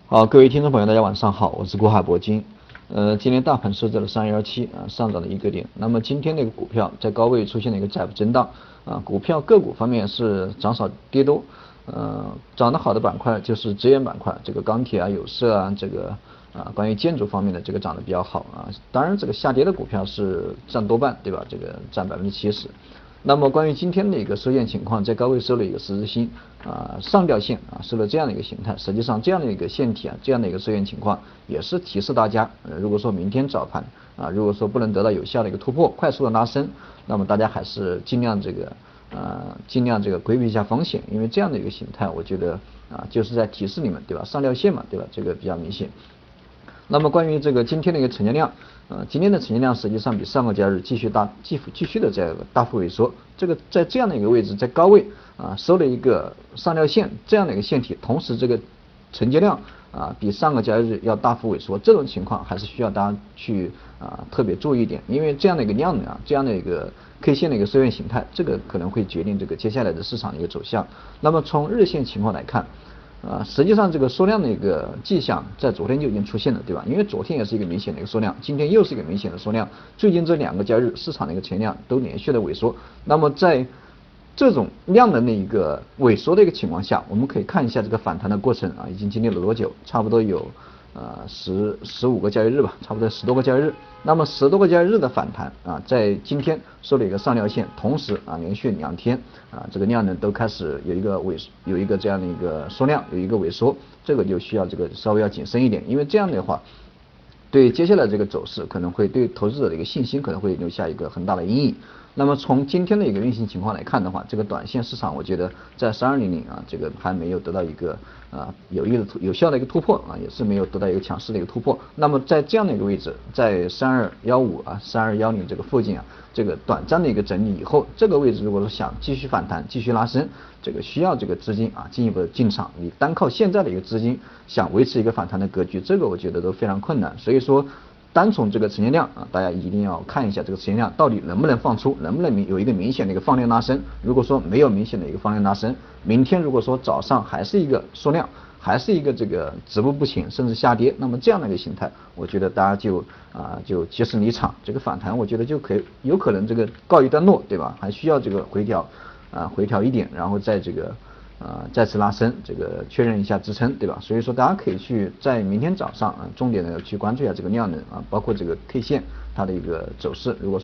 好，各位听众朋友，大家晚上好，我是郭海铂金。今天大盘收在了317啊，上涨了1个点。那么今天那个股票在高位出现了一个窄幅震荡啊，股票个股方面是涨少跌多，涨得好的板块就是资源板块，这个钢铁啊、有色啊，这个关于建筑方面的这个涨得比较好啊。当然，这个下跌的股票是占多半，对吧？这个占70%。那么关于今天的一个收线情况，在高位收了一个十字星上吊线收了这样的一个形态。实际上这样的一个线体这样的一个收线情况，也是提示大家，如果说明天早盘如果说不能得到有效的一个突破，快速的拉升，那么大家还是尽量这个规避一下风险，因为这样的一个形态，我觉得就是在提示你们，对吧？上吊线嘛，对吧？这个比较明显。那么关于这个今天的一个成交量，今天的成交量实际上比上个交易日继续的这个大幅萎缩。这个在这样的一个位置，在高位收了一个上吊线这样的一个线体，同时这个成交量比上个交易日要大幅萎缩，这种情况还是需要大家去特别注意一点，因为这样的一个量能这样的一个 K 线的一个收线形态，这个可能会决定这个接下来的市场的一个走向。那么从日线情况来看。实际上这个缩量的一个迹象在昨天就已经出现了，对吧？因为昨天也是一个明显的一个缩量，今天又是一个明显的缩量。最近这2个交易日市场的一个成交量都连续的萎缩。那么在这种量能的一个萎缩的一个情况下，我们可以看一下这个反弹的过程已经经历了多久？差不多有15个交易日吧，差不多10多个交易日。那么10多个交易日的反弹在今天收了一个上吊线，同时连续2天这个量能都开始有一个这样的一个缩量，有一个萎缩，这个就需要这个稍微要谨慎一点，因为这样的话。对接下来这个走势可能会对投资者的一个信心可能会留下一个很大的阴影。那么从今天的一个运行情况来看的话，这个短线市场我觉得在3200这个还没有得到一个有效的一个突破也是没有得到一个强势的一个突破。那么在这样的一个位置，在32153210这个附近这个短暂的一个整理以后，这个位置如果说想继续反弹、继续拉升，这个需要这个资金进一步的进场。你单靠现在的一个资金想维持一个反弹的格局，这个我觉得都非常困难。所以说，单从这个成交量大家一定要看一下这个成交量到底能不能放出，能不能有一个明显的一个放量拉升。如果说没有明显的一个放量拉升，明天如果说早上还是一个缩量，还是一个这个止步不前，甚至下跌，那么这样的一个形态，我觉得大家就及时离场，这个反弹我觉得就有可能这个告一段落，对吧？还需要这个回调一点，然后再这个再次拉升，这个确认一下支撑，对吧？所以说大家可以去在明天早上重点的去关注一下这个量能包括这个 K 线它的一个走势，如果